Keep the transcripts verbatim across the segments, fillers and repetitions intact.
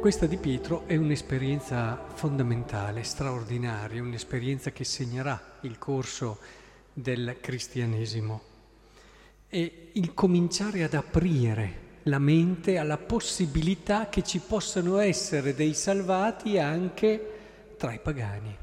Questa di Pietro è un'esperienza fondamentale, straordinaria, un'esperienza che segnerà il corso del cristianesimo. E il cominciare ad aprire la mente alla possibilità che ci possano essere dei salvati anche tra i pagani.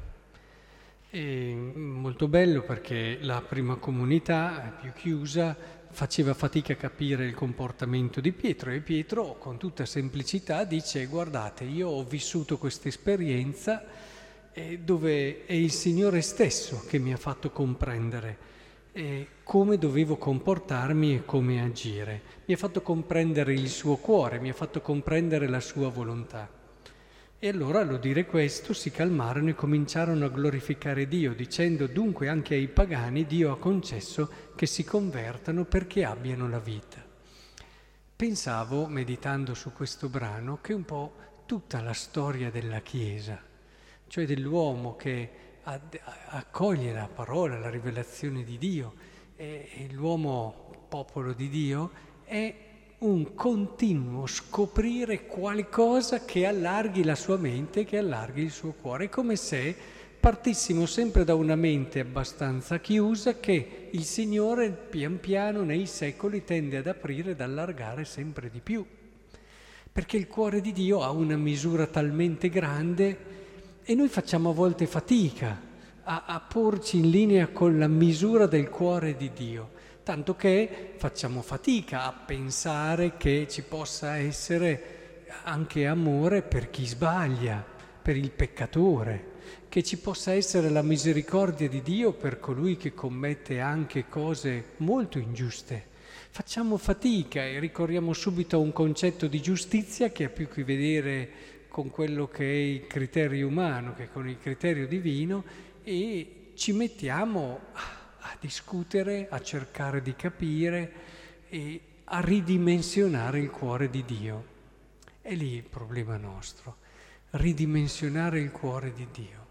È molto bello perché la prima comunità più chiusa faceva fatica a capire il comportamento di Pietro e Pietro con tutta semplicità dice: guardate, io ho vissuto questa esperienza eh, dove è il Signore stesso che mi ha fatto comprendere eh, come dovevo comportarmi e come agire. Mi ha fatto comprendere il suo cuore, mi ha fatto comprendere la sua volontà. E allora, allo dire questo, si calmarono e cominciarono a glorificare Dio, dicendo: dunque anche ai pagani Dio ha concesso che si convertano perché abbiano la vita. Pensavo, meditando su questo brano, che un po' tutta la storia della Chiesa, cioè dell'uomo che accoglie la parola, la rivelazione di Dio, e l'uomo popolo di Dio, è un continuo scoprire qualcosa che allarghi la sua mente, che allarghi il suo cuore. È come se partissimo sempre da una mente abbastanza chiusa che il Signore pian piano nei secoli tende ad aprire, ad allargare sempre di più. Perché il cuore di Dio ha una misura talmente grande e noi facciamo a volte fatica a, a porci in linea con la misura del cuore di Dio. Tanto che facciamo fatica a pensare che ci possa essere anche amore per chi sbaglia, per il peccatore, che ci possa essere la misericordia di Dio per colui che commette anche cose molto ingiuste. Facciamo fatica e ricorriamo subito a un concetto di giustizia che ha più a che vedere con quello che è il criterio umano che con il criterio divino, e ci mettiamo a discutere, a cercare di capire e a ridimensionare il cuore di Dio. È lì il problema nostro, ridimensionare il cuore di Dio.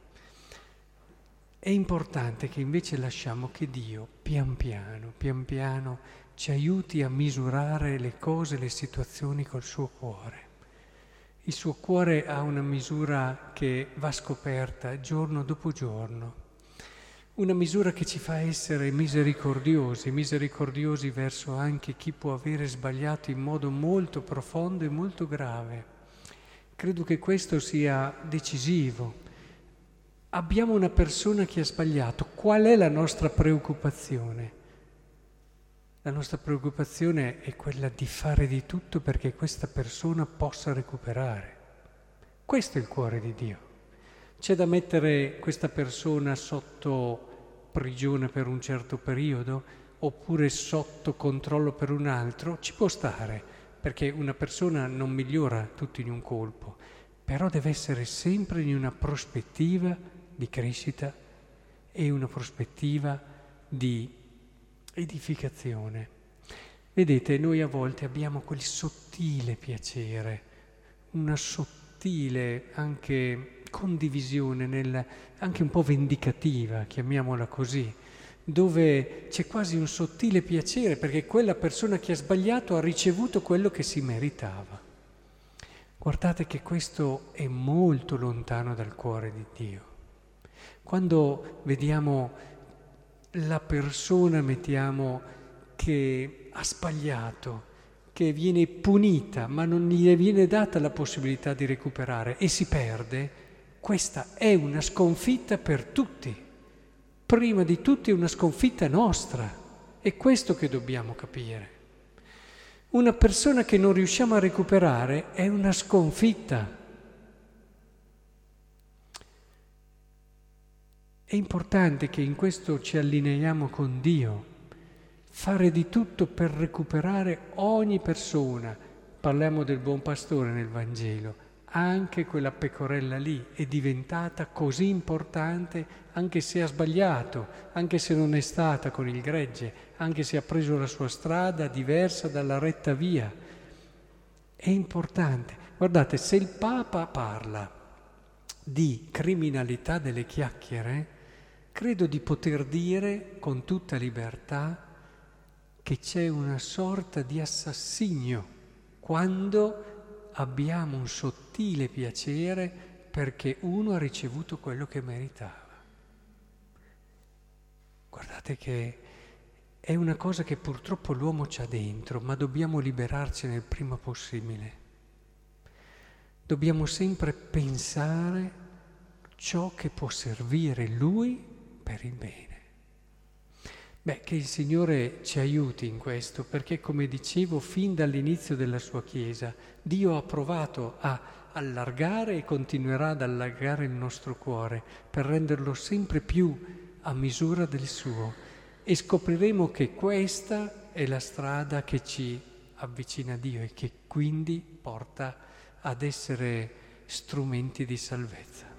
È importante che invece lasciamo che Dio pian piano, pian piano ci aiuti a misurare le cose, le situazioni col suo cuore. Il suo cuore ha una misura che va scoperta giorno dopo giorno. Una misura che ci fa essere misericordiosi, misericordiosi verso anche chi può avere sbagliato in modo molto profondo e molto grave. Credo che questo sia decisivo. Abbiamo una persona che ha sbagliato. Qual è la nostra preoccupazione? La nostra preoccupazione è quella di fare di tutto perché questa persona possa recuperare. Questo è il cuore di Dio. C'è da mettere questa persona sotto prigione per un certo periodo oppure sotto controllo per un altro? Ci può stare, perché una persona non migliora tutto in un colpo, però deve essere sempre in una prospettiva di crescita e una prospettiva di edificazione. Vedete, noi a volte abbiamo quel sottile piacere, una sottile anche condivisione, nel, anche un po' vendicativa, chiamiamola così, dove c'è quasi un sottile piacere perché quella persona che ha sbagliato ha ricevuto quello che si meritava. Guardate che questo è molto lontano dal cuore di Dio. Quando vediamo la persona, mettiamo, che ha sbagliato, che viene punita, ma non gli viene data la possibilità di recuperare e si perde, questa è una sconfitta per tutti. Prima di tutti è una sconfitta nostra. È questo che dobbiamo capire. Una persona che non riusciamo a recuperare è una sconfitta. È importante che in questo ci allineiamo con Dio, fare di tutto per recuperare ogni persona. Parliamo del buon pastore nel Vangelo. Anche quella pecorella lì è diventata così importante, anche se ha sbagliato, anche se non è stata con il gregge, anche se ha preso la sua strada diversa dalla retta via. È importante. Guardate, se il Papa parla di criminalità delle chiacchiere, credo di poter dire con tutta libertà che c'è una sorta di assassinio quando abbiamo un sottile piacere perché uno ha ricevuto quello che meritava. Guardate che è una cosa che purtroppo l'uomo c'ha dentro, ma dobbiamo liberarcene il prima possibile. Dobbiamo sempre pensare ciò che può servire lui per il bene. Beh, che il Signore ci aiuti in questo, perché come dicevo fin dall'inizio della sua Chiesa, Dio ha provato a allargare e continuerà ad allargare il nostro cuore per renderlo sempre più a misura del suo, e scopriremo che questa è la strada che ci avvicina a Dio e che quindi porta ad essere strumenti di salvezza.